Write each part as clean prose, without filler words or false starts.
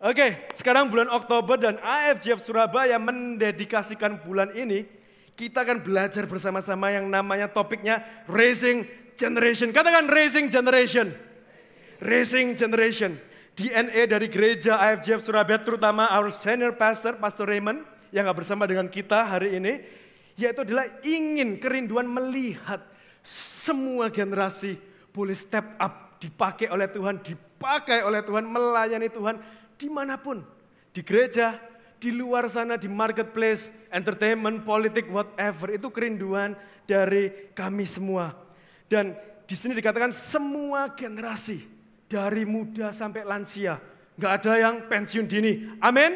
Oke, sekarang bulan Oktober dan AFJF Surabaya mendedikasikan bulan ini, kita akan belajar bersama-sama yang namanya topiknya Raising Generation. Katakan Raising Generation. Raising Generation. DNA dari gereja AFJF Surabaya, terutama our senior pastor, Pastor Raymond, yang bersama dengan kita hari ini, yaitu adalah ingin kerinduan melihat semua generasi boleh step up, dipakai oleh Tuhan, melayani Tuhan, dimanapun, di gereja, di luar sana, di marketplace, entertainment, politik, whatever, itu kerinduan dari kami semua. Dan di sini dikatakan semua generasi, dari muda sampai lansia, nggak ada yang pensiun dini. Amin?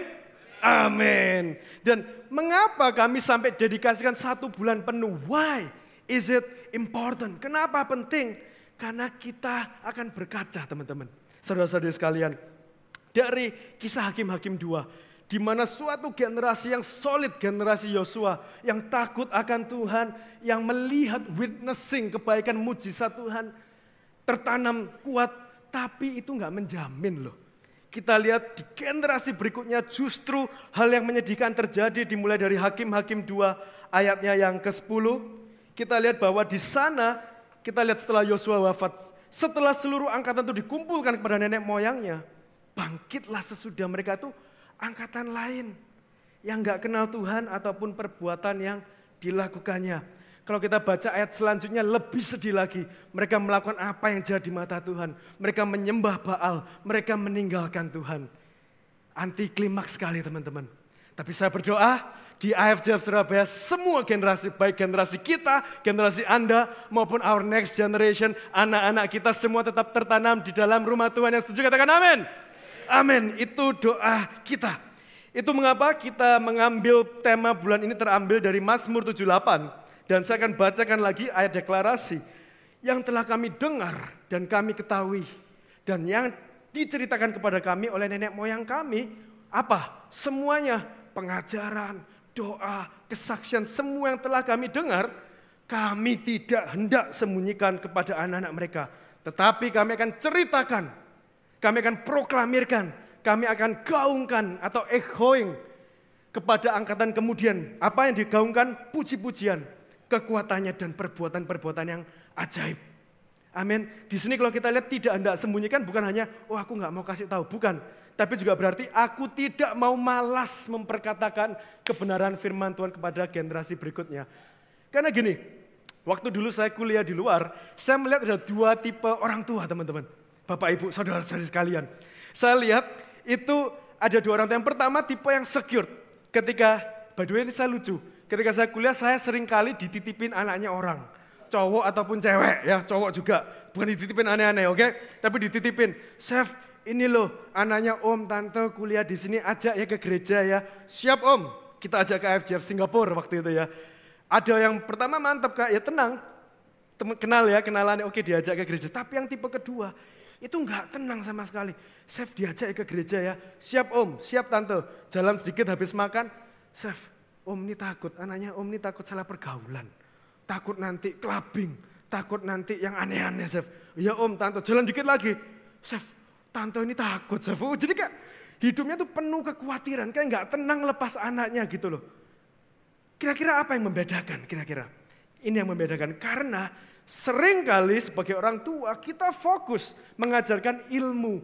Amin. Dan mengapa kami sampai dedikasikan 1 bulan penuh? Why is it important? Kenapa penting? Karena kita akan berkaca, teman-teman. Saudara-saudari sekalian, dari kisah Hakim-Hakim 2, di mana suatu generasi yang solid, generasi Yosua, yang takut akan Tuhan, yang melihat witnessing kebaikan mujizat Tuhan, tertanam kuat, tapi itu enggak menjamin loh. Kita lihat di generasi berikutnya justru hal yang menyedihkan terjadi, dimulai dari Hakim-Hakim 2 ayatnya yang ke-10. Kita lihat bahwa di sana, kita lihat setelah Yosua wafat, setelah seluruh angkatan itu dikumpulkan kepada nenek moyangnya, bangkitlah sesudah mereka itu angkatan lain yang gak kenal Tuhan ataupun perbuatan yang dilakukannya. Kalau kita baca ayat selanjutnya lebih sedih lagi. Mereka melakukan apa yang jahat di mata Tuhan. Mereka menyembah Baal, mereka meninggalkan Tuhan. Anti klimaks sekali teman-teman. Tapi saya berdoa di AFJF Surabaya semua generasi, baik generasi kita, generasi Anda maupun our next generation, anak-anak kita semua tetap tertanam di dalam rumah Tuhan. Yang setuju katakan amin. Amin, itu doa kita. Itu mengapa kita mengambil tema bulan ini terambil dari Mazmur 78. Dan saya akan bacakan lagi ayat deklarasi. Yang telah kami dengar dan kami ketahui. Dan yang diceritakan kepada kami oleh nenek moyang kami. Apa? Semuanya pengajaran, doa, kesaksian, semua yang telah kami dengar. Kami tidak hendak sembunyikan kepada anak-anak mereka. Tetapi kami akan ceritakan. Kami akan proklamirkan, kami akan gaungkan atau echoing kepada angkatan kemudian. Apa yang digaungkan? Puji-pujian, kekuatannya dan perbuatan-perbuatan yang ajaib. Amin. Di sini kalau kita lihat tidak hendak sembunyikan bukan hanya, oh aku nggak mau kasih tahu, bukan. Tapi juga berarti aku tidak mau malas memperkatakan kebenaran firman Tuhan kepada generasi berikutnya. Karena gini, waktu dulu saya kuliah di luar, saya melihat ada 2 tipe orang tua teman-teman. Bapak, Ibu, saudara-saudari sekalian. Saya lihat itu ada 2 orang. Yang pertama tipe yang secure. Ketika, by the way ini saya lucu. Ketika saya kuliah saya sering kali dititipin anaknya orang. Cowok ataupun cewek ya, cowok juga. Bukan dititipin aneh-aneh, oke? Tapi dititipin. Chef, ini loh anaknya om, tante kuliah di sini, ajak ya ke gereja ya. Siap om, kita ajak ke AFJF Singapura waktu itu ya. Ada yang pertama mantap kak, ya tenang. Kenal ya, kenalan, oke diajak ke gereja. Tapi yang tipe kedua, itu enggak tenang sama sekali. Chef diajak ke gereja ya. Siap om, siap tante. Jalan sedikit habis makan. Chef, om ini takut. Anaknya om ini takut salah pergaulan. Takut nanti clubbing. Takut nanti yang aneh-aneh chef. Ya om, tante. Jalan dikit lagi. Chef, tante ini takut chef. Jadi kayak hidupnya tuh penuh kekhawatiran. Kayak enggak tenang lepas anaknya gitu loh. Kira-kira apa yang membedakan kira-kira? Ini yang membedakan karena seringkali sebagai orang tua kita fokus mengajarkan ilmu.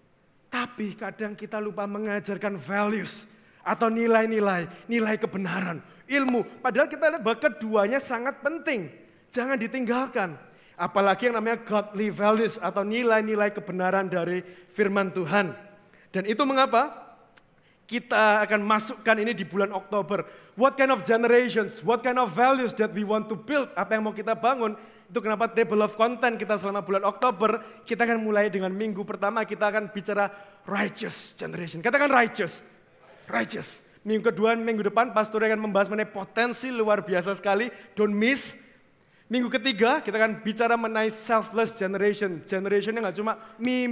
Tapi kadang kita lupa mengajarkan values atau nilai-nilai, nilai kebenaran, ilmu. Padahal kita lihat bahwa keduanya sangat penting. Jangan ditinggalkan. Apalagi yang namanya godly values atau nilai-nilai kebenaran dari firman Tuhan. Dan itu mengapa kita akan masukkan ini di bulan Oktober. What kind of generations, what kind of values that we want to build, apa yang mau kita bangun. Itu kenapa table of content kita selama bulan Oktober, kita akan mulai dengan minggu pertama, kita akan bicara righteous generation. Katakan righteous. Righteous. Minggu kedua, minggu depan, pastor akan membahas mengenai potensi luar biasa sekali, don't miss. Minggu ketiga, kita akan bicara mengenai selfless generation. Generation yang gak cuma me,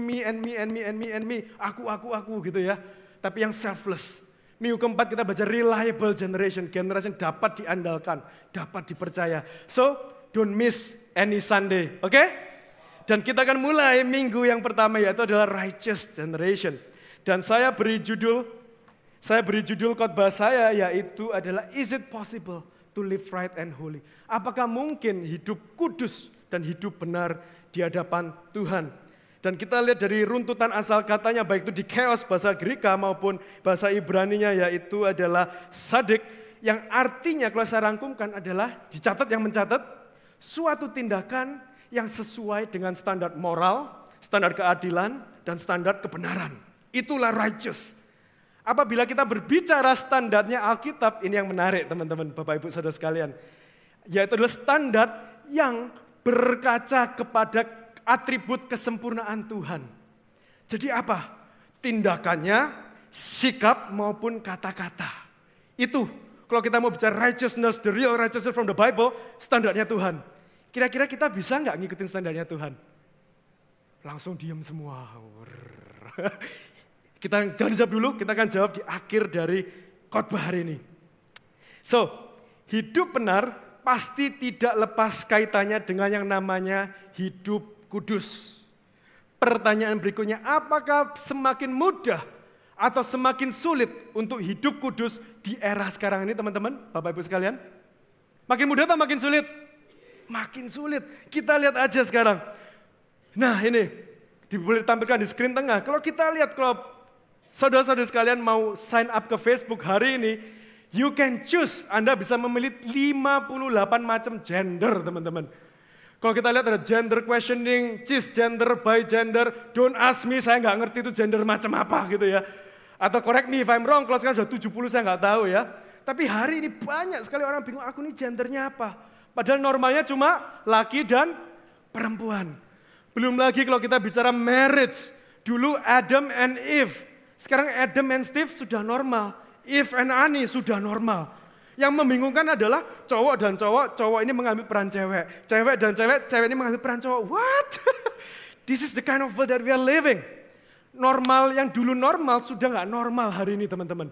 and me, aku gitu ya. Tapi yang selfless. Minggu keempat kita baca reliable generation, generasi yang dapat diandalkan, dapat dipercaya. So, don't miss any Sunday, oke? Dan kita akan mulai minggu yang pertama yaitu adalah righteous generation. Dan saya beri judul khotbah saya yaitu adalah Is it possible to live right and holy? Apakah mungkin hidup kudus dan hidup benar di hadapan Tuhan? Dan kita lihat dari runtutan asal katanya baik itu di Chaos bahasa Greka maupun bahasa Ibraninya yaitu adalah sadik yang artinya kalau saya rangkumkan adalah dicatat yang mencatat suatu tindakan yang sesuai dengan standar moral, standar keadilan dan standar kebenaran. Itulah righteous. Apabila kita berbicara standarnya Alkitab, ini yang menarik teman-teman, Bapak Ibu Saudara sekalian. Yaitu adalah standar yang berkaca kepada atribut kesempurnaan Tuhan. Jadi apa? Tindakannya, sikap maupun kata-kata. Itu, kalau kita mau bicara righteousness, the real righteousness from the Bible, standarnya Tuhan. Kira-kira kita bisa nggak ngikutin standarnya Tuhan? Langsung diam semua. Kita jangan jawab dulu, kita akan jawab di akhir dari khotbah hari ini. So, hidup benar pasti tidak lepas kaitannya dengan yang namanya hidup kudus. Pertanyaan berikutnya, apakah semakin mudah atau semakin sulit untuk hidup kudus di era sekarang ini teman-teman, Bapak Ibu sekalian? Makin mudah atau makin sulit? Makin sulit. Kita lihat aja sekarang. Nah ini, boleh ditampilkan di screen tengah. Kalau kita lihat, kalau saudara-saudara sekalian mau sign up ke Facebook hari ini, you can choose, Anda bisa memilih 58 macam gender teman-teman. Kalau kita lihat ada gender questioning, cisgender, bigender, don't ask me, saya nggak ngerti itu gender macam apa gitu ya. Atau correct me if I'm wrong, kalau sekarang sudah 70 saya nggak tahu ya. Tapi hari ini banyak sekali orang bingung, aku ini gendernya apa? Padahal normalnya cuma laki dan perempuan. Belum lagi kalau kita bicara marriage, dulu Adam and Eve, sekarang Adam and Steve sudah normal, Eve and Ani sudah normal. Yang membingungkan adalah cowok dan cowok ini mengambil peran cewek. Cewek dan cewek ini mengambil peran cowok. What? This is the kind of world that we are living. Normal yang dulu normal sudah nggak normal hari ini teman-teman.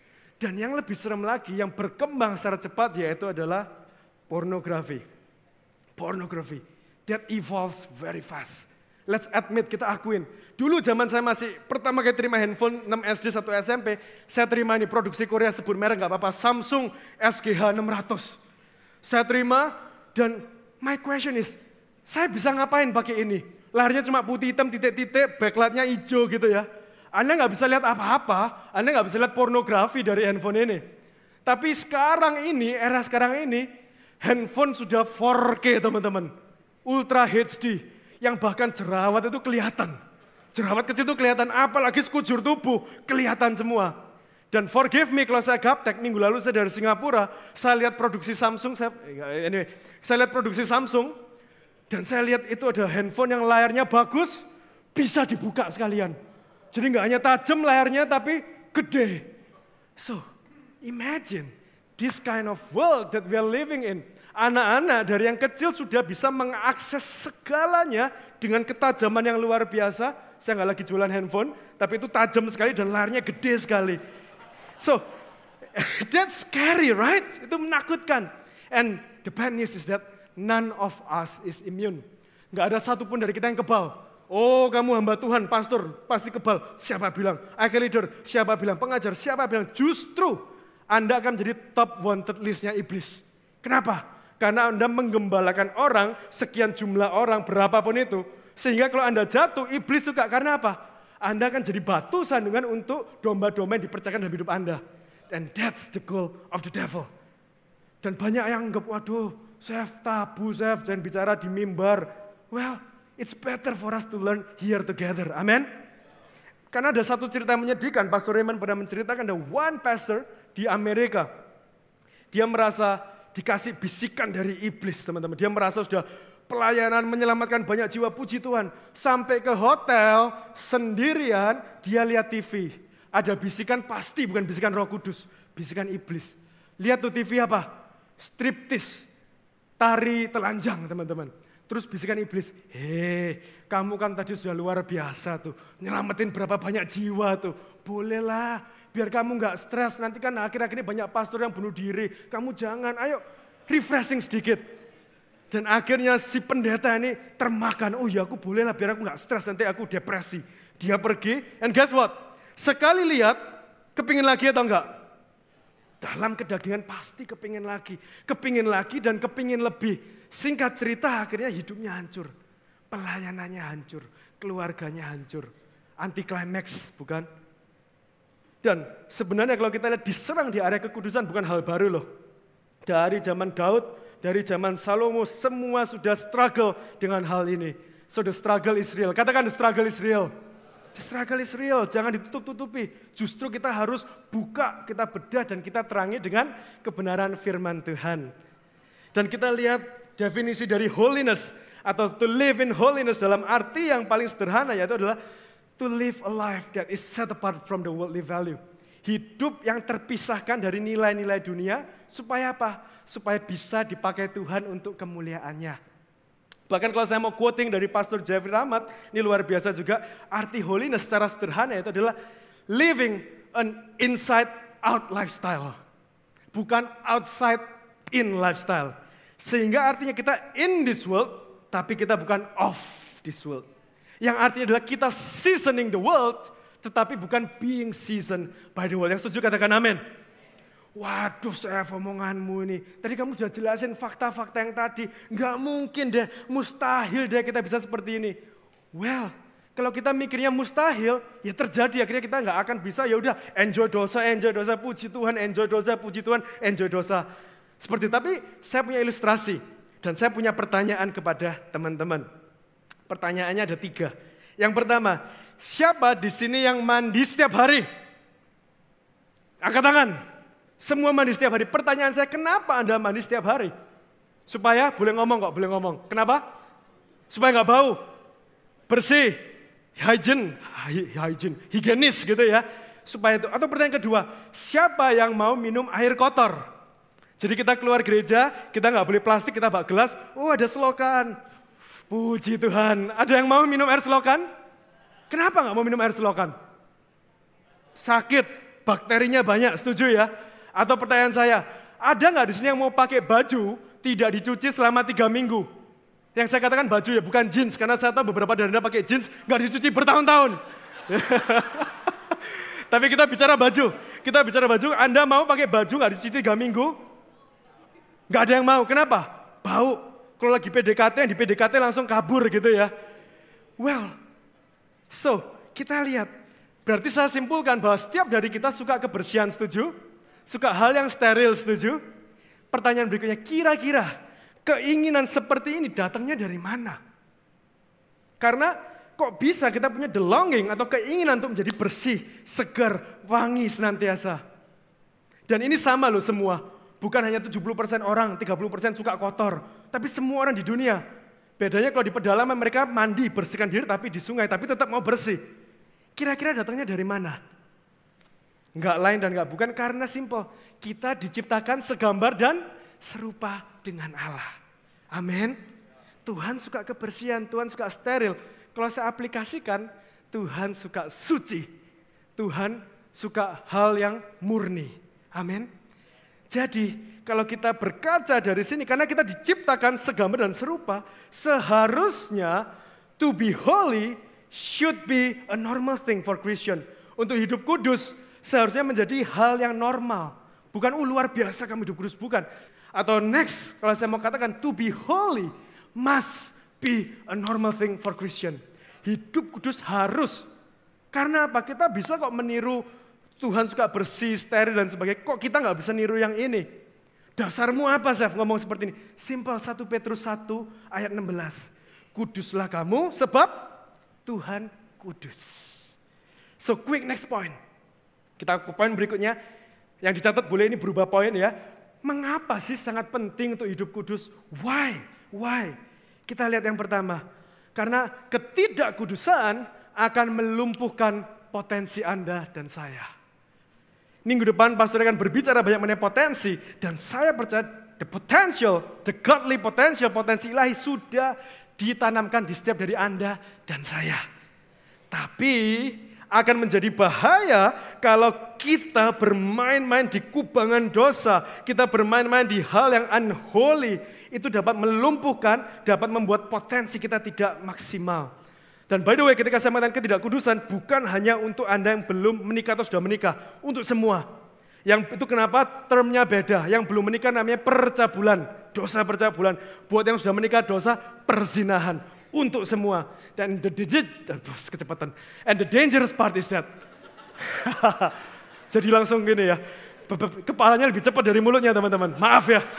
Dan yang lebih serem lagi, yang berkembang secara cepat yaitu adalah pornografi. Pornografi. That evolves very fast. Let's admit, kita akuin. Dulu zaman saya masih pertama kali terima handphone 6 SD 1 SMP, saya terima ini produksi Korea, sebut merek nggak apa-apa, Samsung SGH 600. Saya terima dan my question is, saya bisa ngapain pakai ini? Layarnya cuma putih hitam titik-titik, backlightnya hijau gitu ya. Anda nggak bisa lihat apa-apa, Anda nggak bisa lihat pornografi dari handphone ini. Tapi sekarang ini, era sekarang ini, handphone sudah 4K teman-teman, Ultra HD. Yang bahkan jerawat itu kelihatan. Jerawat kecil itu kelihatan, apalagi sekujur tubuh, kelihatan semua. Dan forgive me kalau saya gaptek, minggu lalu saya dari Singapura, saya lihat produksi Samsung, saya lihat produksi Samsung, dan saya lihat itu ada handphone yang layarnya bagus, bisa dibuka sekalian. Jadi nggak hanya tajam layarnya, tapi gede. So, imagine this kind of world that we are living in. Anak-anak dari yang kecil sudah bisa mengakses segalanya dengan ketajaman yang luar biasa. Saya nggak lagi jualan handphone, tapi itu tajam sekali dan layarnya gede sekali. So, that's scary, right? Itu menakutkan. And the bad news is that none of us is immune. Nggak ada satupun dari kita yang kebal. Oh, kamu hamba Tuhan, pastor, pasti kebal. Siapa bilang? Akhir leader, siapa bilang? Pengajar, siapa bilang? Justru Anda akan menjadi top wanted list-nya iblis. Kenapa? Karena Anda menggembalakan orang, sekian jumlah orang, berapapun itu. Sehingga kalau Anda jatuh, iblis suka. Karena apa? Anda akan jadi batu sandungan untuk domba-domba yang dipercayakan dalam hidup Anda. And that's the goal of the devil. Dan banyak yang anggap, waduh, saya tabu, saya jangan bicara di mimbar. Well, it's better for us to learn here together. Amen. Karena ada satu cerita yang menyedihkan. Pastor Raymond pernah menceritakan ada one pastor di Amerika. Dia merasa dikasih bisikan dari iblis, teman-teman. Dia merasa sudah pelayanan menyelamatkan banyak jiwa, puji Tuhan. Sampai ke hotel sendirian, dia lihat TV. Ada bisikan, pasti bukan bisikan Roh Kudus, bisikan iblis. Lihat tuh TV apa? Striptease, tari telanjang, teman-teman. Terus bisikan iblis, kamu kan tadi sudah luar biasa tuh, nyelamatin berapa banyak jiwa tuh. Bolehlah, biar kamu nggak stres, nanti kan akhir-akhir ini banyak pastor yang bunuh diri. Kamu jangan, ayo refreshing sedikit. Dan akhirnya si pendeta ini termakan, oh ya aku bolehlah biar aku nggak stres, nanti aku depresi. Dia pergi, and guess what? Sekali lihat, kepingin lagi atau enggak? Dalam kedagingan pasti kepingin lagi dan kepingin lebih. Singkat cerita akhirnya hidupnya hancur. Pelayanannya hancur, keluarganya hancur. Anti klimaks, bukan? Dan sebenarnya kalau kita lihat diserang di area kekudusan bukan hal baru loh. Dari zaman Daud, dari zaman Salomo, semua sudah struggle dengan hal ini. So the struggle is real. Katakan the struggle is real. The struggle is real, jangan ditutup-tutupi. Justru kita harus buka, kita bedah dan kita terangi dengan kebenaran firman Tuhan. Dan kita lihat definisi dari holiness atau to live in holiness dalam arti yang paling sederhana yaitu adalah to live a life that is set apart from the worldly value. Hidup yang terpisahkan dari nilai-nilai dunia supaya apa? Supaya bisa dipakai Tuhan untuk kemuliaannya. Bahkan kalau saya mau quoting dari Pastor Jeffrey Rahmat, ini luar biasa juga, arti holiness secara sederhana itu adalah living an inside out lifestyle. Bukan outside in lifestyle. Sehingga artinya kita in this world, tapi kita bukan of this world. Yang artinya adalah kita seasoning the world, tetapi bukan being seasoned by the world. Yang setuju katakan amin. Waduh, saya omonganmu ini. Tadi kamu sudah jelasin fakta-fakta yang tadi. Nggak mungkin deh, mustahil deh kita bisa seperti ini. Well, kalau kita mikirnya mustahil, ya terjadi. Akhirnya kita nggak akan bisa, ya udah enjoy dosa, puji Tuhan, enjoy dosa, puji Tuhan, enjoy dosa. Seperti tapi saya punya ilustrasi. Dan saya punya pertanyaan kepada teman-teman. Pertanyaannya ada 3. Yang pertama, siapa di sini yang mandi setiap hari? Angkat tangan. Semua mandi setiap hari. Pertanyaan saya, kenapa Anda mandi setiap hari? Supaya, boleh ngomong kok, boleh ngomong. Kenapa? Supaya nggak bau, bersih, higienis gitu ya. Supaya itu. Atau pertanyaan kedua, siapa yang mau minum air kotor? Jadi kita keluar gereja, kita nggak boleh plastik, kita bawa gelas, oh ada selokan. Puji Tuhan, ada yang mau minum air selokan? Kenapa nggak mau minum air selokan? Sakit, bakterinya banyak, setuju ya? Atau pertanyaan saya, ada nggak di sini yang mau pakai baju tidak dicuci selama 3 minggu? Yang saya katakan baju ya, bukan jeans, karena saya tahu beberapa dari Anda pakai jeans nggak dicuci bertahun-tahun. Tapi kita bicara baju, Anda mau pakai baju nggak dicuci 3 minggu? Nggak ada yang mau, kenapa? Bau. Kalau lagi PDKT, yang di PDKT langsung kabur gitu ya. Well, so kita lihat, berarti saya simpulkan bahwa setiap dari kita suka kebersihan, setuju? Suka hal yang steril, setuju? Pertanyaan berikutnya, kira-kira keinginan seperti ini datangnya dari mana? Karena kok bisa kita punya the longing atau keinginan untuk menjadi bersih, segar, wangi senantiasa. Dan ini sama loh semua. Bukan hanya 70% orang, 30% suka kotor. Tapi semua orang di dunia. Bedanya kalau di pedalaman mereka mandi, bersihkan diri tapi di sungai, tapi tetap mau bersih. Kira-kira datangnya dari mana? Enggak lain dan enggak bukan karena simple. Kita diciptakan segambar dan serupa dengan Allah. Amin. Tuhan suka kebersihan, Tuhan suka steril. Kalau saya aplikasikan, Tuhan suka suci. Tuhan suka hal yang murni. Amin. Jadi kalau kita berkaca dari sini, karena kita diciptakan segambar dan serupa, seharusnya to be holy should be a normal thing for Christian. Untuk hidup kudus, seharusnya menjadi hal yang normal. Bukan luar biasa kamu hidup kudus, bukan. Atau next, kalau saya mau katakan to be holy must be a normal thing for Christian. Hidup kudus harus. Karena apa? Kita bisa kok meniru Tuhan suka bersih, steril dan sebagainya. Kok kita nggak bisa niru yang ini? Dasarmu apa, Zef, ngomong seperti ini? Simple, 1 Petrus 1 ayat 16. Kuduslah kamu sebab Tuhan kudus. So quick next point. Kita ke poin berikutnya, yang dicatat boleh ini berubah poin ya. Mengapa sih sangat penting untuk hidup kudus? Why? Kita lihat yang pertama. Karena ketidakkudusan akan melumpuhkan potensi Anda dan saya. Minggu depan pastor akan berbicara banyak mengenai potensi. Dan saya percaya the godly potential, potensi ilahi sudah ditanamkan di setiap dari Anda dan saya. Tapi akan menjadi bahaya kalau kita bermain-main di kubangan dosa, kita bermain-main di hal yang unholy, itu dapat melumpuhkan, dapat membuat potensi kita tidak maksimal. Dan by the way, ketika saya mengatakan ketidakkudusan, bukan hanya untuk Anda yang belum menikah atau sudah menikah, untuk semua. Yang itu kenapa termnya beda. Yang belum menikah namanya percabulan, dosa percabulan. Buat yang sudah menikah, dosa perzinahan. Untuk semua. Dan kecepatan. And the dangerous part is that. Jadi langsung gini ya. Kepalanya lebih cepat dari mulutnya teman-teman. Maaf ya.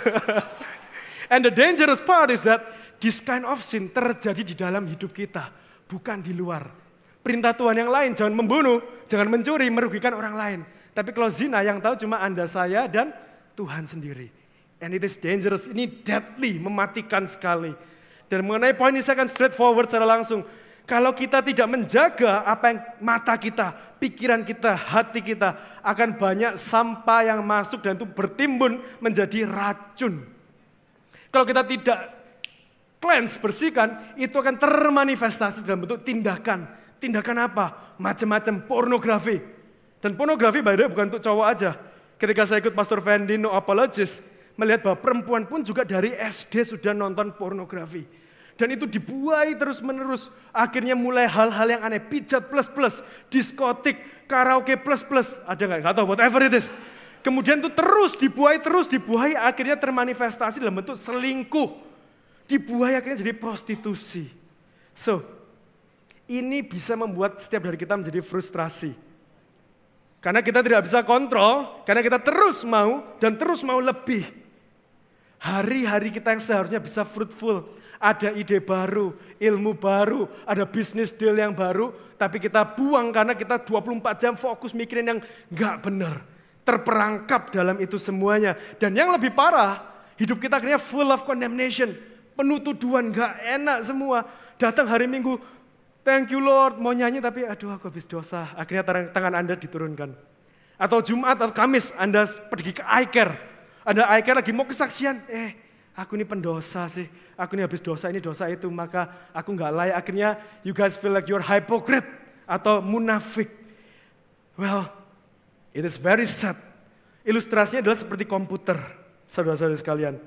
And the dangerous part is that this kind of sin terjadi di dalam hidup kita. Bukan di luar. Perintah Tuhan yang lain, jangan membunuh, jangan mencuri, merugikan orang lain. Tapi kalau zina yang tahu cuma Anda, saya, dan Tuhan sendiri. And it is dangerous, ini deadly, mematikan sekali. Dan mengenai poin ini saya akan straightforward secara langsung. Kalau kita tidak menjaga apa yang mata kita, pikiran kita, hati kita, akan banyak sampah yang masuk dan itu bertimbun menjadi racun. Kalau kita tidak cleanse, bersihkan, itu akan termanifestasi dalam bentuk tindakan. Tindakan apa? Macam-macam, pornografi. Dan pornografi by the way bukan untuk cowok aja. Ketika saya ikut Pastor Fendi, No Apologies, melihat bahwa perempuan pun juga dari SD sudah nonton pornografi. Dan itu dibuai terus-menerus. Akhirnya mulai hal-hal yang aneh, pijat plus-plus, diskotik, karaoke plus-plus. Ada nggak? Nggak tahu, whatever it is. Kemudian itu terus dibuai, akhirnya termanifestasi dalam bentuk selingkuh. Dibuai akhirnya jadi prostitusi. So, ini bisa membuat setiap dari kita menjadi frustrasi. Karena kita tidak bisa kontrol, karena kita terus mau dan terus mau lebih. Hari-hari kita yang seharusnya bisa fruitful, ada ide baru, ilmu baru, ada bisnis deal yang baru, tapi kita buang karena kita 24 jam fokus mikirin yang nggak benar. Terperangkap dalam itu semuanya. Dan yang lebih parah, hidup kita akhirnya full of condemnation. Penuh tuduhan, gak enak semua. Datang hari Minggu, thank you Lord, mau nyanyi tapi aduh aku habis dosa. Akhirnya tangan Anda diturunkan. Atau Jumat atau Kamis, Anda pergi ke iCare. Anda iCare lagi mau kesaksian, aku ini pendosa sih. Aku ini habis dosa ini dosa itu, maka aku gak layak. Akhirnya you guys feel like you're hypocrite atau munafik. Well, it is very sad. Ilustrasinya adalah seperti komputer, saudara-saudara sekalian.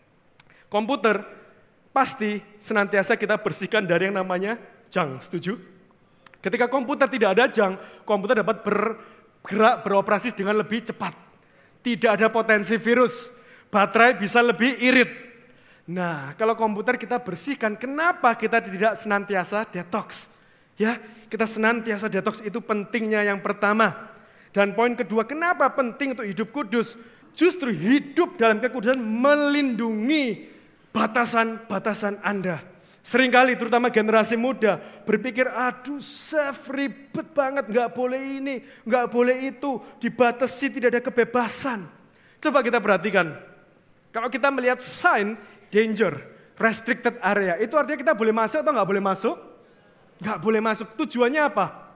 Komputer pasti senantiasa kita bersihkan dari yang namanya junk, setuju? Ketika komputer tidak ada junk, komputer dapat bergerak, beroperasi dengan lebih cepat. Tidak ada potensi virus, baterai bisa lebih irit. Nah, kalau komputer kita bersihkan, kenapa kita tidak senantiasa detox? Ya, kita senantiasa detox, itu pentingnya yang pertama. Dan poin kedua, kenapa penting untuk hidup kudus? Justru hidup dalam kekudusan melindungi batasan-batasan Anda. Seringkali terutama generasi muda berpikir, aduh Chef ribet banget, gak boleh ini, gak boleh itu, dibatasi, tidak ada kebebasan. Coba kita perhatikan, kalau kita melihat sign danger, restricted area, itu artinya kita boleh masuk atau gak boleh masuk? Gak boleh masuk, tujuannya apa?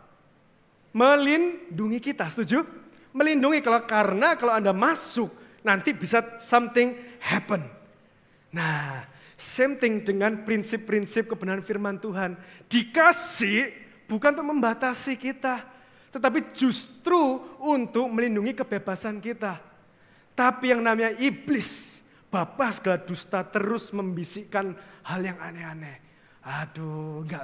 Melindungi kita, setuju? Melindungi karena kalau Anda masuk, nanti bisa something happen. Nah, same thing dengan prinsip-prinsip kebenaran firman Tuhan. Dikasih bukan untuk membatasi kita, tetapi justru untuk melindungi kebebasan kita. Tapi yang namanya iblis, bapa segala dusta terus membisikkan hal yang aneh-aneh. Aduh, gak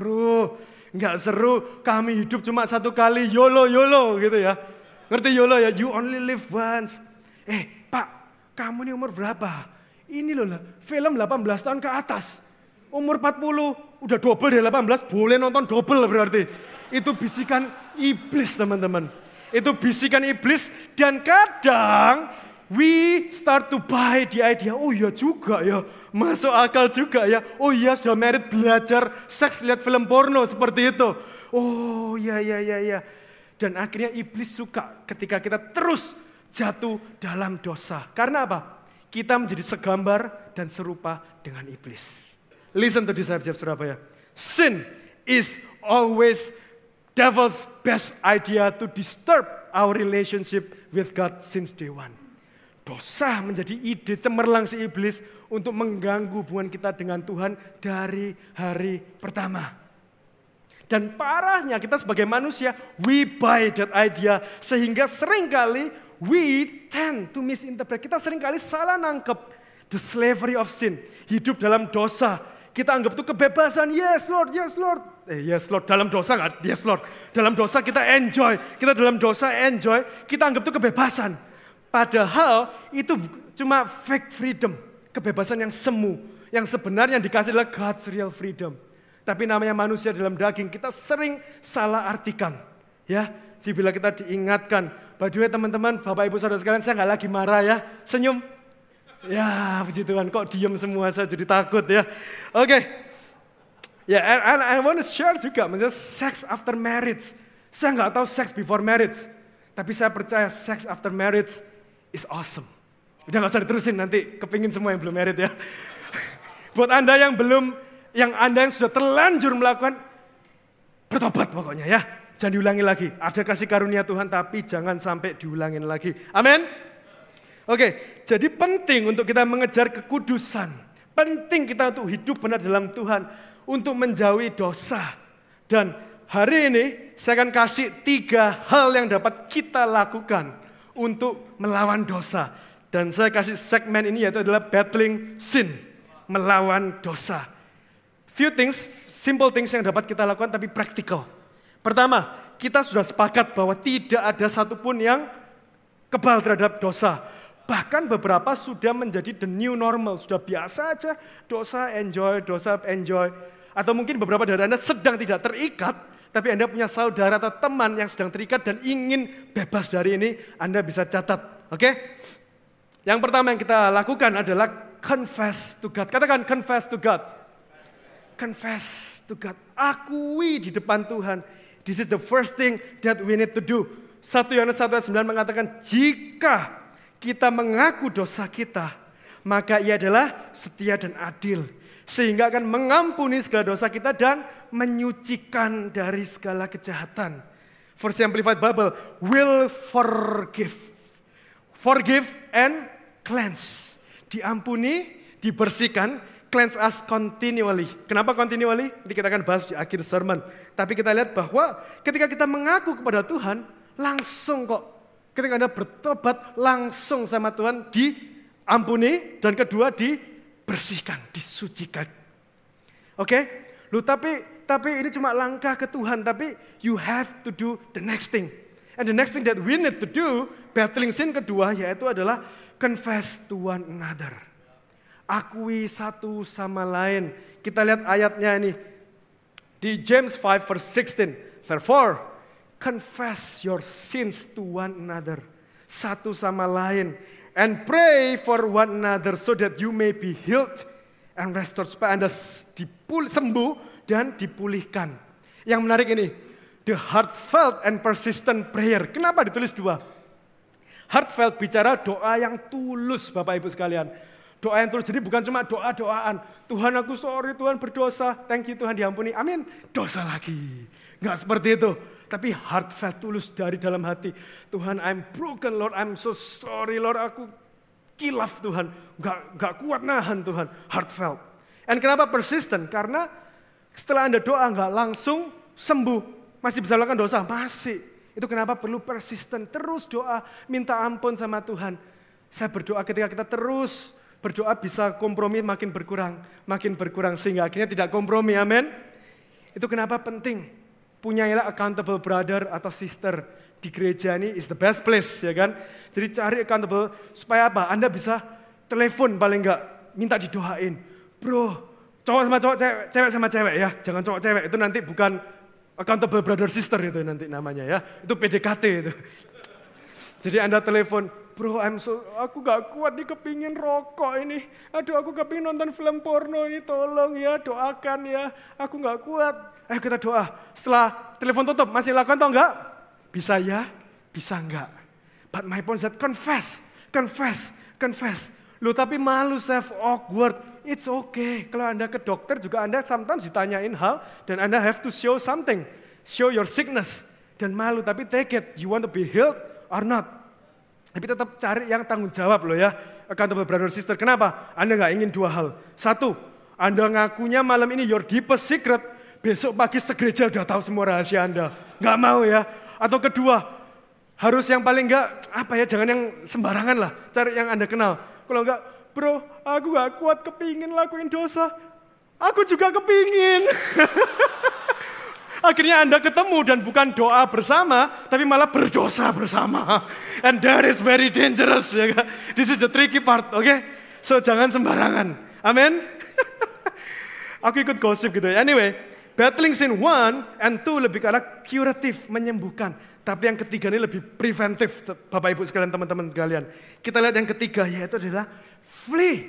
seru, kami hidup cuma satu kali, YOLO gitu ya. Ngerti YOLO ya, you only live once. Pak, kamu ini umur berapa? Ini loh, film 18 tahun ke atas. Umur 40, udah double dari 18, boleh nonton double berarti. Itu bisikan iblis teman-teman. Itu bisikan iblis dan kadang we start to buy the idea, oh iya juga ya, masuk akal juga ya. Oh iya sudah married belajar seks lihat film porno seperti itu. Oh iya. Dan akhirnya iblis suka ketika kita terus jatuh dalam dosa. Karena apa? Kita menjadi segambar dan serupa dengan iblis. Listen to this, IFJF Surabaya. Sin is always devil's best idea to disturb our relationship with God since day one. Dosa menjadi ide cemerlang si iblis untuk mengganggu hubungan kita dengan Tuhan dari hari pertama. Dan parahnya kita sebagai manusia, we buy that idea sehingga seringkali we tend to misinterpret. Kita seringkali salah nangkep the slavery of sin. Hidup dalam dosa. Kita anggap itu kebebasan, yes Lord, yes Lord. Yes Lord, dalam dosa nggak? Yes Lord. Dalam dosa kita enjoy, kita dalam dosa enjoy, kita anggap itu kebebasan. Padahal itu cuma fake freedom, kebebasan yang semu. Yang sebenarnya yang dikasih adalah God's real freedom. Tapi namanya manusia dalam daging, kita sering salah artikan. Ya, bila kita diingatkan, by the way teman-teman, Bapak Ibu Saudara sekalian, saya nggak lagi marah ya, senyum. Ya, puji Tuhan, kok diem semua, saya jadi takut ya. Oke. Ya, and I want to share juga, maksudnya sex after marriage. Saya nggak tahu sex before marriage, tapi saya percaya sex after marriage is awesome. Udah nggak usah diterusin, nanti kepingin semua yang belum married ya. Buat Anda yang belum, Anda yang sudah terlanjur melakukan, bertobat pokoknya ya. Jangan diulangi lagi. Ada kasih karunia Tuhan, tapi jangan sampai diulangin lagi. Amin. Oke, jadi penting untuk kita mengejar kekudusan. Penting kita untuk hidup benar dalam Tuhan. Untuk menjauhi dosa. Dan hari ini saya akan kasih 3 hal yang dapat kita lakukan untuk melawan dosa. Dan saya kasih segmen ini yaitu adalah battling sin. Melawan dosa. Few things, simple things yang dapat kita lakukan tapi practical. Pertama, kita sudah sepakat bahwa tidak ada satupun yang kebal terhadap dosa. Bahkan beberapa sudah menjadi the new normal, sudah biasa aja dosa enjoy. Atau mungkin beberapa dari Anda sedang tidak terikat, tapi Anda punya saudara atau teman yang sedang terikat dan ingin bebas dari ini, Anda bisa catat. Oke? Yang pertama yang kita lakukan adalah confess to God. Katakan confess to God. Confess to God. Akui di depan Tuhan. This is the first thing that we need to do. 1 Yohanes 1:9 mengatakan, jika kita mengaku dosa kita, maka Ia adalah setia dan adil, sehingga akan mengampuni segala dosa kita dan menyucikan dari segala kejahatan. Versi Amplified Bible, will forgive. Forgive and cleanse. Diampuni, dibersihkan, cleanse us continually. Kenapa continually? Nanti kita akan bahas di akhir sermon. Tapi kita lihat bahwa ketika kita mengaku kepada Tuhan, langsung kok. Ketika Anda bertobat, langsung sama Tuhan diampuni, dan kedua dibersihkan, disucikan. Oke? Loh, tapi ini cuma langkah ke Tuhan, tapi you have to do the next thing. And the next thing that we need to do, battling sin kedua, yaitu adalah confess to one another. Akui satu sama lain. Kita lihat ayatnya ini. Di James 5 verse 16. Therefore, confess your sins to one another. Satu sama lain. And pray for one another so that you may be healed and restored. Supaya Anda sembuh dan dipulihkan. Yang menarik ini. The heartfelt and persistent prayer. Kenapa ditulis 2? Heartfelt bicara doa yang tulus Bapak Ibu sekalian. Doa yang tulus, jadi bukan cuma doa-doaan. Tuhan aku sorry, Tuhan berdosa. Thank you Tuhan diampuni, amin. Dosa lagi. Enggak seperti itu. Tapi heartfelt, tulus dari dalam hati. Tuhan, I'm broken Lord, I'm so sorry Lord. Aku kilaf Tuhan. Enggak kuat nahan Tuhan. Heartfelt. And kenapa persistent? Karena setelah Anda doa enggak langsung sembuh. Masih bisa melakukan dosa? Masih. Itu kenapa perlu persistent. Terus doa, minta ampun sama Tuhan. Saya berdoa ketika kita terus berdoa bisa kompromi makin berkurang sehingga akhirnya tidak kompromi, amin. Itu kenapa penting punyailah accountable brother atau sister di gereja ini is the best place, ya kan. Jadi cari accountable supaya apa? Anda bisa telepon paling enggak minta didoain. Bro, cowok sama cowok, cewek sama cewek ya, jangan cowok cewek, itu nanti bukan accountable brother sister itu nanti namanya ya, itu PDKT itu. Jadi Anda telepon, bro, aku gak kuat nih kepingin rokok ini. Aduh, aku kepingin nonton film porno ini, tolong ya, doakan ya. Aku gak kuat. Ayo kita doa. Setelah telepon tutup, masih lakukan atau enggak? Bisa ya, bisa enggak. But my point is that confess. Loh, tapi malu, self awkward. It's okay. Kalau Anda ke dokter juga Anda sometimes ditanyain hal, dan Anda have to show something. Show your sickness. Dan malu, tapi take it. You want to be healed or not? Tapi tetap cari yang tanggung jawab loh ya. Accountable brother sister. Kenapa? Anda gak ingin 2 hal. 1, Anda ngakunya malam ini your deepest secret. Besok pagi segereja udah tahu semua rahasia Anda. Gak mau ya. Atau kedua, harus yang paling enggak, jangan yang sembarangan lah. Cari yang Anda kenal. Kalau enggak, bro, aku gak kuat kepingin lakuin dosa. Aku juga kepingin. Akhirnya Anda ketemu dan bukan doa bersama, tapi malah berdosa bersama. And that is very dangerous. Ya kan? This is the tricky part, oke? Okay? So jangan sembarangan. Amin. Aku ikut gosip gitu. Anyway, battling sin 1 and 2 lebih ke arah curative, menyembuhkan. Tapi yang ketiga ini lebih preventif, Bapak Ibu sekalian, teman-teman sekalian. Kita lihat yang ketiga, yaitu adalah flee.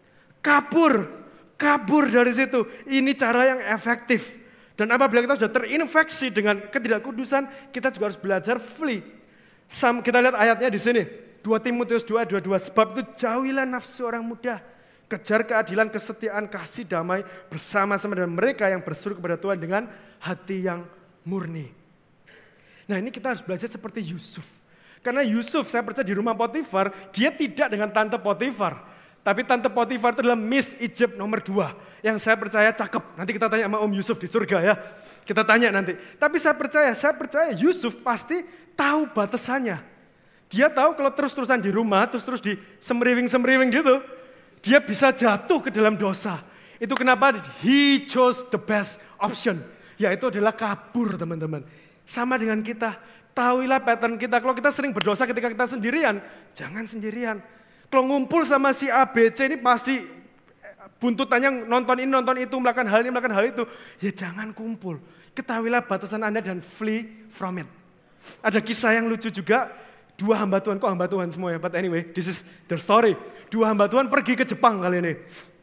Kabur dari situ. Ini cara yang efektif. Dan apabila kita sudah terinfeksi dengan ketidakkudusan, kita juga harus belajar flee. Kita lihat ayatnya di sini. 2 Timotius 2:22. Sebab itu jauhilah nafsu orang muda. Kejar keadilan, kesetiaan, kasih damai bersama-sama dengan mereka yang berseru kepada Tuhan dengan hati yang murni. Nah, ini kita harus belajar seperti Yusuf. Karena Yusuf, saya percaya di rumah Potifar, dia tidak dengan tante Potifar. Tapi tante Potifar itu adalah Miss Egypt nomor 2. Yang saya percaya cakep. Nanti kita tanya sama Om Yusuf di surga ya. Kita tanya nanti. Tapi saya percaya Yusuf pasti tahu batasannya. Dia tahu kalau terus-terusan di rumah, terus-terus di semeriwing-semeriwing gitu, dia bisa jatuh ke dalam dosa. Itu kenapa he chose the best option. Yaitu adalah kabur, teman-teman. Sama dengan kita. Tahuilah pattern kita. Kalau kita sering berdosa ketika kita sendirian, jangan sendirian. Kalau ngumpul sama si A, B, C ini pasti buntutannya nonton ini, nonton itu, melakukan hal ini, melakukan hal itu. Ya jangan kumpul. Ketahuilah batasan Anda dan flee from it. Ada kisah yang lucu juga. 2 hamba Tuhan, kok hamba Tuhan semua ya? But anyway, this is the story. 2 hamba Tuhan pergi ke Jepang kali ini.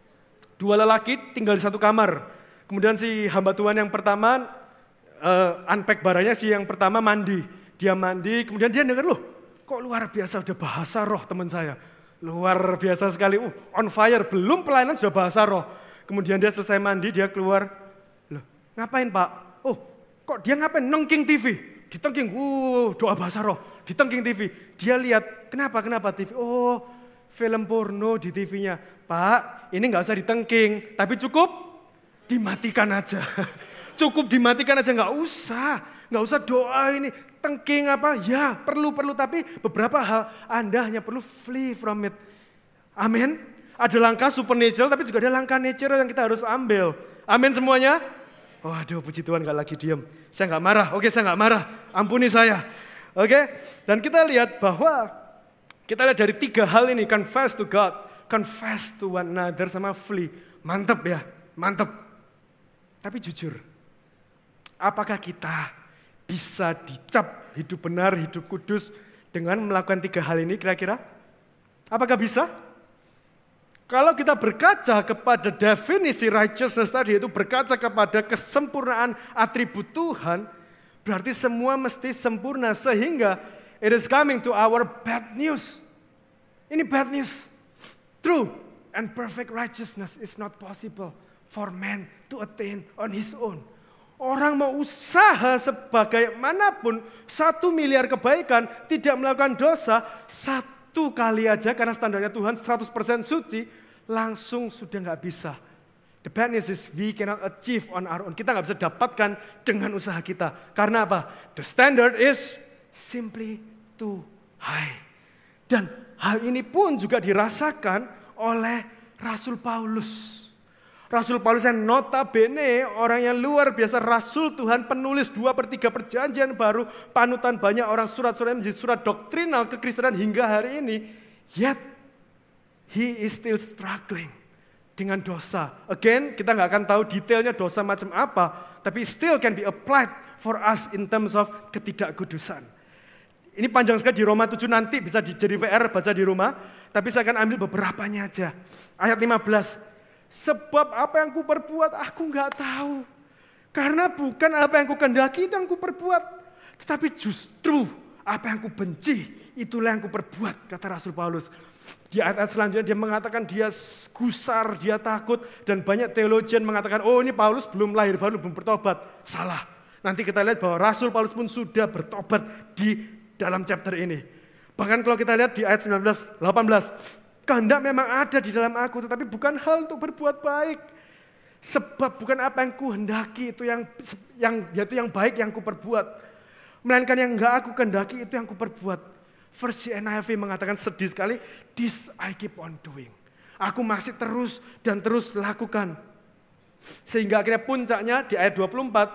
2 lelaki tinggal di satu kamar. Kemudian si hamba Tuhan yang pertama unpack barangnya, si yang pertama mandi. Dia mandi, kemudian dia dengar, loh kok luar biasa, udah bahasa roh teman saya. Luar biasa sekali, on fire, belum pelayanan sudah bahasa roh. Kemudian dia selesai mandi, dia keluar, loh ngapain Pak? Oh kok dia ngapain? Nengking TV, ditengking, doa bahasa roh, ditengking TV. Dia lihat, kenapa TV? Oh film porno di TV-nya. Pak, ini gak usah ditengking, tapi cukup dimatikan aja. Cukup dimatikan aja, gak usah doa ini. Tengking apa? Ya perlu, tapi beberapa hal Anda hanya perlu flee from it. Amin. Ada langkah supernatural tapi juga ada langkah natural yang kita harus ambil. Amin semuanya. Waduh, puji Tuhan gak lagi diam. Saya gak marah, oke saya gak marah. Ampuni saya. Oke, dan kita lihat bahwa kita lihat dari 3 hal ini. Confess to God, confess to one another, sama flee. Mantep ya, mantep. Tapi jujur, apakah kita bisa dicap hidup benar, hidup kudus dengan melakukan 3 hal ini kira-kira? Apakah bisa? Kalau kita berkaca kepada definisi righteousness tadi, yaitu berkaca kepada kesempurnaan atribut Tuhan, berarti semua mesti sempurna sehingga it is coming to our bad news. Ini bad news. True and perfect righteousness is not possible for man to attain on his own. Orang mau usaha sebagaimanapun, 1 miliar kebaikan, tidak melakukan dosa, 1 kali aja karena standarnya Tuhan 100% suci, langsung sudah gak bisa. The bad news is we cannot achieve on our own. Kita gak bisa dapatkan dengan usaha kita. Karena apa? The standard is simply too high. Dan hal ini pun juga dirasakan oleh Rasul Paulus. Rasul Paulus yang notabene orang yang luar biasa, Rasul Tuhan, penulis 2/3 perjanjian baru, panutan banyak orang, surat-surat menjadi surat doktrinal kekristenan hingga hari ini. Yet, he is still struggling dengan dosa. Again, kita nggak akan tahu detailnya dosa macam apa, tapi still can be applied for us in terms of ketidakkudusan. Ini panjang sekali di Roma 7, nanti bisa jadi PR baca di rumah, tapi saya akan ambil beberapanya aja. Ayat 15. Sebab apa yang ku perbuat aku nggak tahu. Karena bukan apa yang ku kehendaki itu yang ku perbuat. Tetapi justru apa yang ku benci itulah yang ku perbuat, kata Rasul Paulus. Di ayat selanjutnya dia mengatakan dia gusar, dia takut. Dan banyak teologian mengatakan, oh ini Paulus belum lahir baru, belum bertobat. Salah. Nanti kita lihat bahwa Rasul Paulus pun sudah bertobat di dalam chapter ini. Bahkan kalau kita lihat di ayat 19, 18. Kehendak memang ada di dalam aku, tetapi bukan hal untuk berbuat baik. Sebab bukan apa yang kuhendaki itu yaitu yang baik yang kuperbuat. Melainkan yang enggak aku kehendaki itu yang kuperbuat. Versi NIV mengatakan sedih sekali, this I keep on doing. Aku masih terus dan terus lakukan. Sehingga akhirnya puncaknya di ayat 24,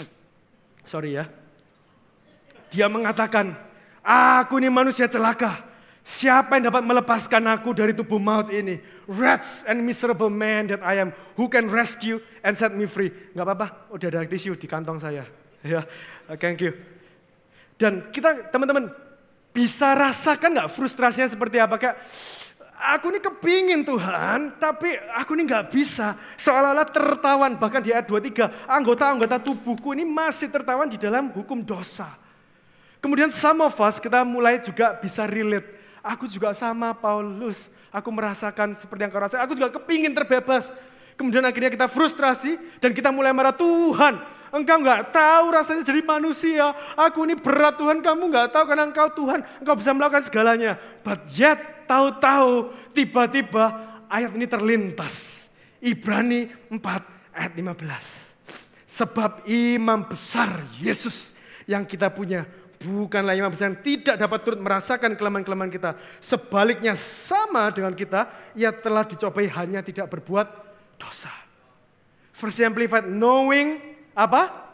dia mengatakan, aku ini manusia celaka. Siapa yang dapat melepaskan aku dari tubuh maut ini? Wretched and miserable man that I am, who can rescue and set me free? Gak apa-apa, udah ada tisu di kantong saya. Ya, thank you. Dan kita teman-teman bisa rasakan gak frustrasinya seperti apa? Kayak, aku ini kepingin Tuhan, tapi aku ini gak bisa. Seolah-olah tertawan, bahkan di ayat 23, anggota-anggota tubuhku ini masih tertawan di dalam hukum dosa. Kemudian some of us, kita mulai juga bisa relate. Aku juga sama Paulus, aku merasakan seperti yang kau rasakan, aku juga kepingin terbebas. Kemudian akhirnya kita frustrasi dan kita mulai marah, Tuhan, Engkau gak tahu rasanya jadi manusia, aku ini berat Tuhan, kamu gak tahu karena Engkau Tuhan, Engkau bisa melakukan segalanya. But yet, tahu-tahu tiba-tiba ayat ini terlintas. Ibrani 4 ayat 15. Sebab imam besar Yesus yang kita punya, bukanlah imam besar yang tidak dapat turut merasakan kelemahan-kelemahan kita. Sebaliknya sama dengan kita, ia telah dicobai hanya tidak berbuat dosa. Versi Amplified, knowing apa?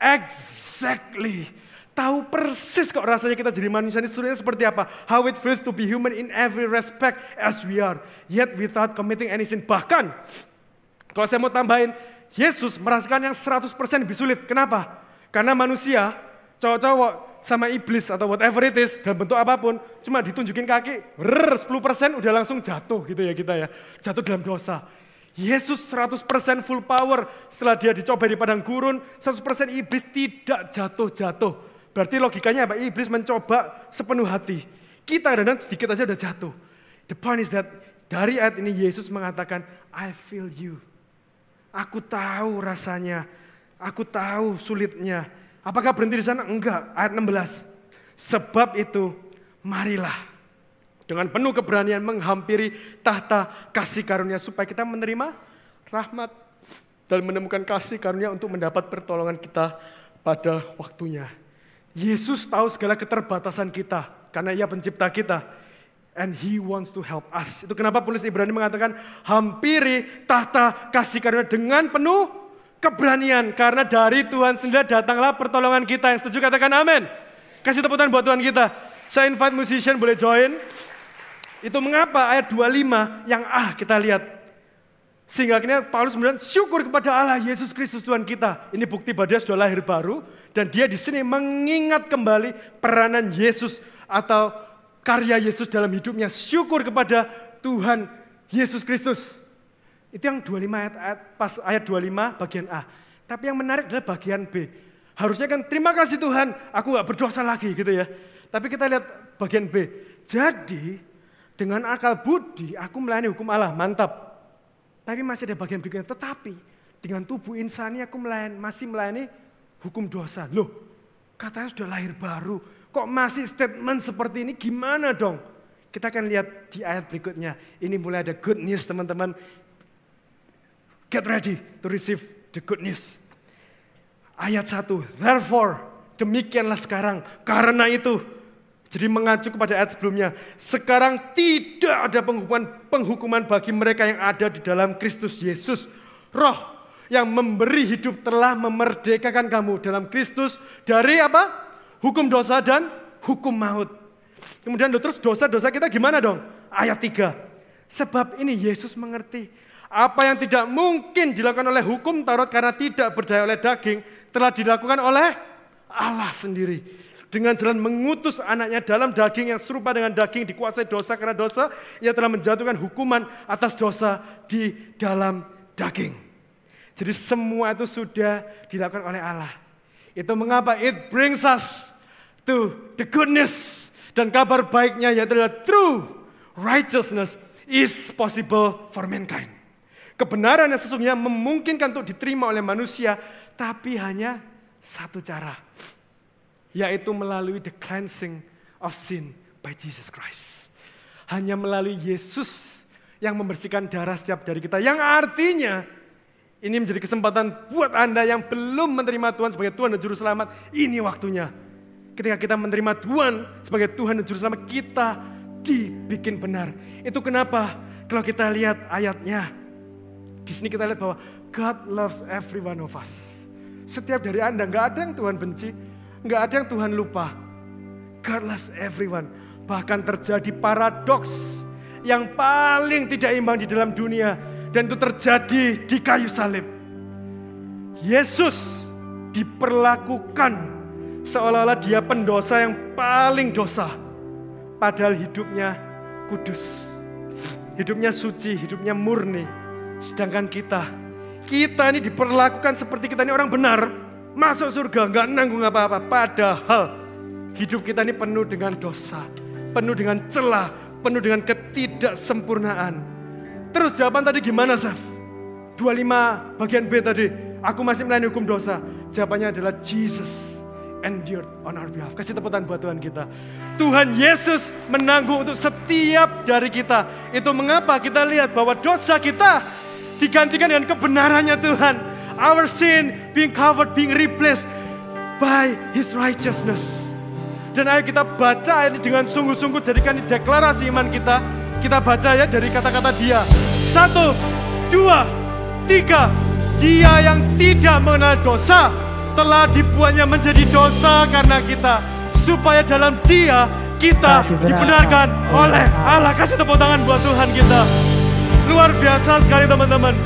Exactly. Tahu persis kok rasanya kita jadi manusia ini seperti apa. How it feels to be human in every respect as we are. Yet without committing any sin. Bahkan, kalau saya mau tambahin, Yesus merasakan yang 100% lebih sulit. Kenapa? Karena manusia, cowok-cowok, sama iblis atau whatever it is, dalam bentuk apapun, cuma ditunjukin kaki, 10% udah langsung jatuh gitu ya kita ya. Jatuh dalam dosa. Yesus 100% full power, setelah dia dicoba di padang gurun, 100% iblis tidak jatuh-jatuh. Berarti logikanya apa? Iblis mencoba sepenuh hati. Kita kadang-kadang sedikit aja udah jatuh. The point is that, dari ayat ini Yesus mengatakan, I feel you. Aku tahu rasanya, aku tahu sulitnya. Apakah berhenti di sana? Enggak. Ayat 16. Sebab itu, marilah dengan penuh keberanian menghampiri tahta kasih karunia supaya kita menerima rahmat dan menemukan kasih karunia untuk mendapat pertolongan kita pada waktunya. Yesus tahu segala keterbatasan kita karena Ia pencipta kita. And He wants to help us. Itu kenapa penulis Ibrani mengatakan hampiri tahta kasih karunia dengan penuh keberanian, karena dari Tuhan sendiri datanglah pertolongan kita. Yang setuju katakan amin. Kasih tepuk tangan buat Tuhan kita. Saya invite musician boleh join. Itu mengapa ayat 25 yang kita lihat. Sehingga akhirnya Paulus kemudian syukur kepada Allah Yesus Kristus Tuhan kita. Ini bukti bahwa dia sudah lahir baru dan dia di sini mengingat kembali peranan Yesus atau karya Yesus dalam hidupnya. Syukur kepada Tuhan Yesus Kristus. Itu yang 25 ayat 25 bagian A. Tapi yang menarik adalah bagian B. Harusnya kan terima kasih Tuhan, aku gak berdosa lagi gitu ya. Tapi kita lihat bagian B. Jadi dengan akal budi aku melayani hukum Allah, mantap. Tapi masih ada bagian berikutnya. Tetapi dengan tubuh insani aku masih melayani hukum dosa. Loh, katanya sudah lahir baru. Kok masih statement seperti ini, gimana dong? Kita akan lihat di ayat berikutnya. Ini mulai ada good news teman-teman. Get ready to receive the good news. Ayat 1, therefore, demikianlah sekarang, karena itu. Jadi mengacu kepada ayat sebelumnya. Sekarang tidak ada penghukuman bagi mereka yang ada di dalam Kristus Yesus. Roh yang memberi hidup telah memerdekakan kamu dalam Kristus dari apa? Hukum dosa dan hukum maut. Kemudian terus dosa-dosa kita gimana dong? Ayat 3. Sebab ini Yesus mengerti. Apa yang tidak mungkin dilakukan oleh hukum Taurat karena tidak berdaya oleh daging, telah dilakukan oleh Allah sendiri. Dengan jalan mengutus anaknya dalam daging yang serupa dengan daging dikuasai dosa karena dosa, ia telah menjatuhkan hukuman atas dosa di dalam daging. Jadi semua itu sudah dilakukan oleh Allah. Itu mengapa it brings us to the goodness. Dan kabar baiknya yaitu adalah true righteousness is possible for mankind. Kebenaran yang sesungguhnya memungkinkan untuk diterima oleh manusia, tapi hanya satu cara, yaitu melalui the cleansing of sin by Jesus Christ. Hanya melalui Yesus yang membersihkan darah setiap dari kita, yang artinya ini menjadi kesempatan buat Anda yang belum menerima Tuhan sebagai Tuhan dan Juru Selamat. Ini waktunya. Ketika kita menerima Tuhan sebagai Tuhan dan Juru Selamat, kita dibikin benar. Itu kenapa kalau kita lihat ayatnya, di sini kita lihat bahwa God loves every one of us. Setiap dari Anda, gak ada yang Tuhan benci, gak ada yang Tuhan lupa. God loves everyone. Bahkan terjadi paradoks yang paling tidak imbang di dalam dunia. Dan itu terjadi di kayu salib. Yesus diperlakukan seolah-olah dia pendosa yang paling dosa. Padahal hidupnya kudus. Hidupnya suci, hidupnya murni. Sedangkan kita ini diperlakukan seperti kita ini orang benar. Masuk surga, gak nanggung apa-apa. Padahal hidup kita ini penuh dengan dosa. Penuh dengan celah, penuh dengan ketidaksempurnaan. Terus jawaban tadi gimana, Saf? 25 bagian B tadi, aku masih melayani hukum dosa. Jawabannya adalah Jesus endured on our behalf. Kasih tepuk tangan buat Tuhan kita. Tuhan Yesus menanggung untuk setiap dari kita. Itu mengapa kita lihat bahwa dosa kita digantikan dengan kebenarannya Tuhan. Our sin being covered, being replaced by His righteousness. Dan ayo kita baca ini dengan sungguh-sungguh, jadikan ini deklarasi iman kita. Kita baca ya dari kata-kata dia. 1, 2, 3. Dia yang tidak mengenal dosa telah dibuatnya menjadi dosa karena kita. Supaya dalam dia kita dibenarkan oleh Allah. Kasih tepuk tangan buat Tuhan kita. Luar biasa sekali teman-teman.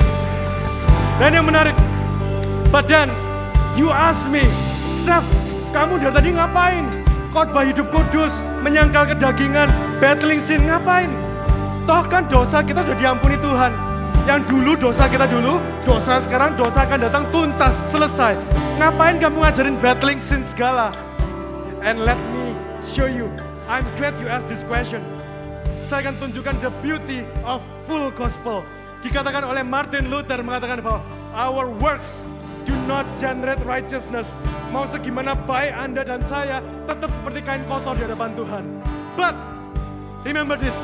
Dan yang menarik, but then you ask me, Saf, kamu dari tadi ngapain? Khotbah hidup kudus, menyangkal kedagingan, battling sin, ngapain? Toh kan dosa kita sudah diampuni Tuhan. Yang dulu dosa kita dulu, dosa sekarang, dosa akan datang tuntas, selesai. Ngapain kamu ngajarin battling sin segala? And let me show you, I'm glad you asked this question. Saya akan tunjukkan the beauty of full gospel. Dikatakan oleh Martin Luther, mengatakan bahwa our works do not generate righteousness. Mau segimana baik Anda dan saya, tetap seperti kain kotor di hadapan Tuhan. But, remember this,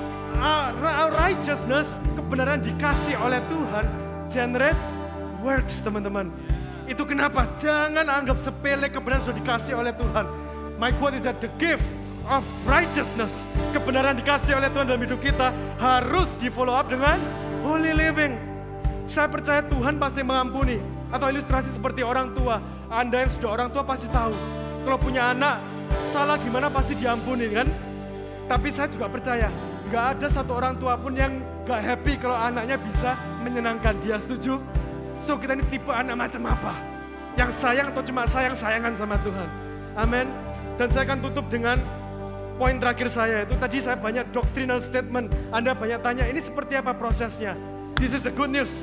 our righteousness, kebenaran dikasih oleh Tuhan, generates works, teman-teman. Itu kenapa? Jangan anggap sepele kebenaran sudah dikasih oleh Tuhan. My quote is that the gift of righteousness, kebenaran dikasih oleh Tuhan dalam hidup kita, harus di follow up dengan holy living. Saya percaya Tuhan pasti mengampuni. Atau ilustrasi seperti orang tua. Anda yang sudah orang tua pasti tahu. Kalau punya anak, salah gimana pasti diampuni kan? Tapi saya juga percaya, gak ada satu orang tua pun yang gak happy kalau anaknya bisa menyenangkan dia, setuju? So kita ini tipe anak macam apa? Yang sayang atau cuma sayang-sayangan sama Tuhan? Amin. Dan saya akan tutup dengan poin terakhir saya. Itu tadi saya banyak doctrinal statement. Anda banyak tanya, ini seperti apa prosesnya? This is the good news.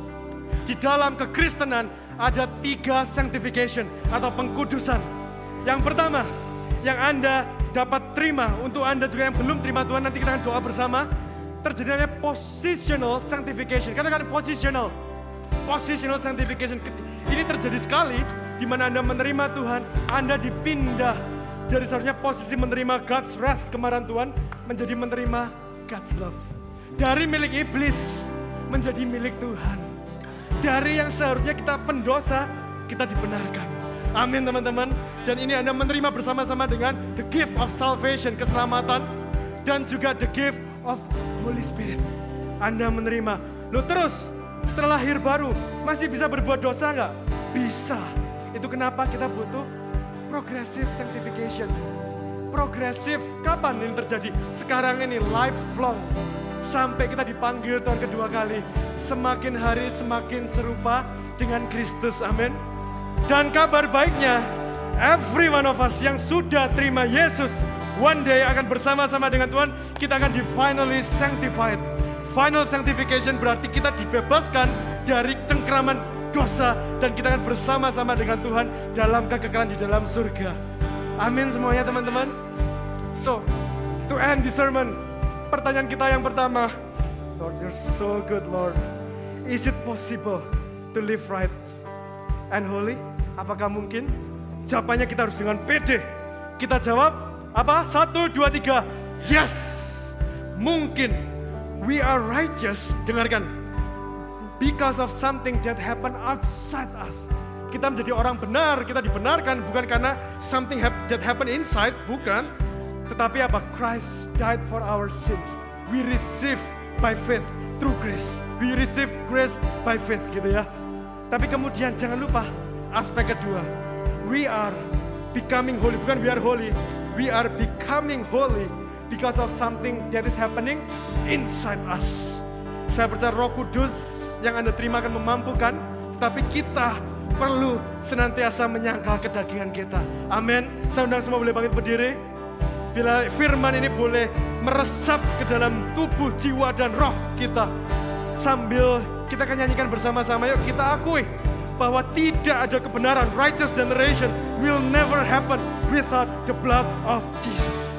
Di dalam kekristenan ada 3 sanctification atau pengkudusan. Yang pertama, yang Anda dapat terima, untuk Anda juga yang belum terima Tuhan, nanti kita akan doa bersama. Terjadi namanya positional sanctification. Katakan positional. Positional sanctification. Ini terjadi sekali di mana Anda menerima Tuhan, Anda dipindah dari seharusnya posisi menerima God's wrath, kemarahan Tuhan, menjadi menerima God's love. Dari milik iblis menjadi milik Tuhan. Dari yang seharusnya kita pendosa, kita dibenarkan. Amin teman-teman. Dan ini Anda menerima bersama-sama dengan the gift of salvation, keselamatan. Dan juga the gift of Holy Spirit. Anda menerima. Loh terus, setelah lahir baru, masih bisa berbuat dosa nggak? Bisa. Itu kenapa kita butuh progressive sanctification. Progresif, kapan ini terjadi? Sekarang ini, lifelong. Sampai kita dipanggil Tuhan kedua kali. Semakin hari semakin serupa dengan Kristus, amin. Dan kabar baiknya, every one of us yang sudah terima Yesus, one day akan bersama-sama dengan Tuhan, kita akan di finally sanctified. Final sanctification berarti kita dibebaskan dari cengkraman dosa, dan kita akan bersama-sama dengan Tuhan dalam kekekalan di dalam surga. Amin semuanya teman-teman. So, to end the sermon, pertanyaan kita yang pertama, Lord, you're so good, Lord. Is it possible to live right and holy? Apakah mungkin? Jawabannya kita harus dengan pede. Kita jawab apa? 1, 2, 3. Yes, mungkin. We are righteous. Dengarkan. Because of something that happened outside us. Kita menjadi orang benar, kita dibenarkan bukan karena something that happened inside, bukan. Tetapi apa? Christ died for our sins. We receive by faith, through grace. We receive grace by faith gitu ya. Tapi kemudian jangan lupa aspek kedua. We are becoming holy, bukan we are holy. We are becoming holy because of something that is happening inside us. Saya percaya Roh Kudus yang Anda terima akan memampukan, tapi kita perlu senantiasa menyangkal kedagingan kita. Amin. Saya undang semua boleh bangkit berdiri. Bila firman ini boleh meresap ke dalam tubuh, jiwa, dan roh kita. Sambil kita akan nyanyikan bersama-sama, yuk kita akui bahwa tidak ada kebenaran, righteous generation will never happen without the blood of Jesus.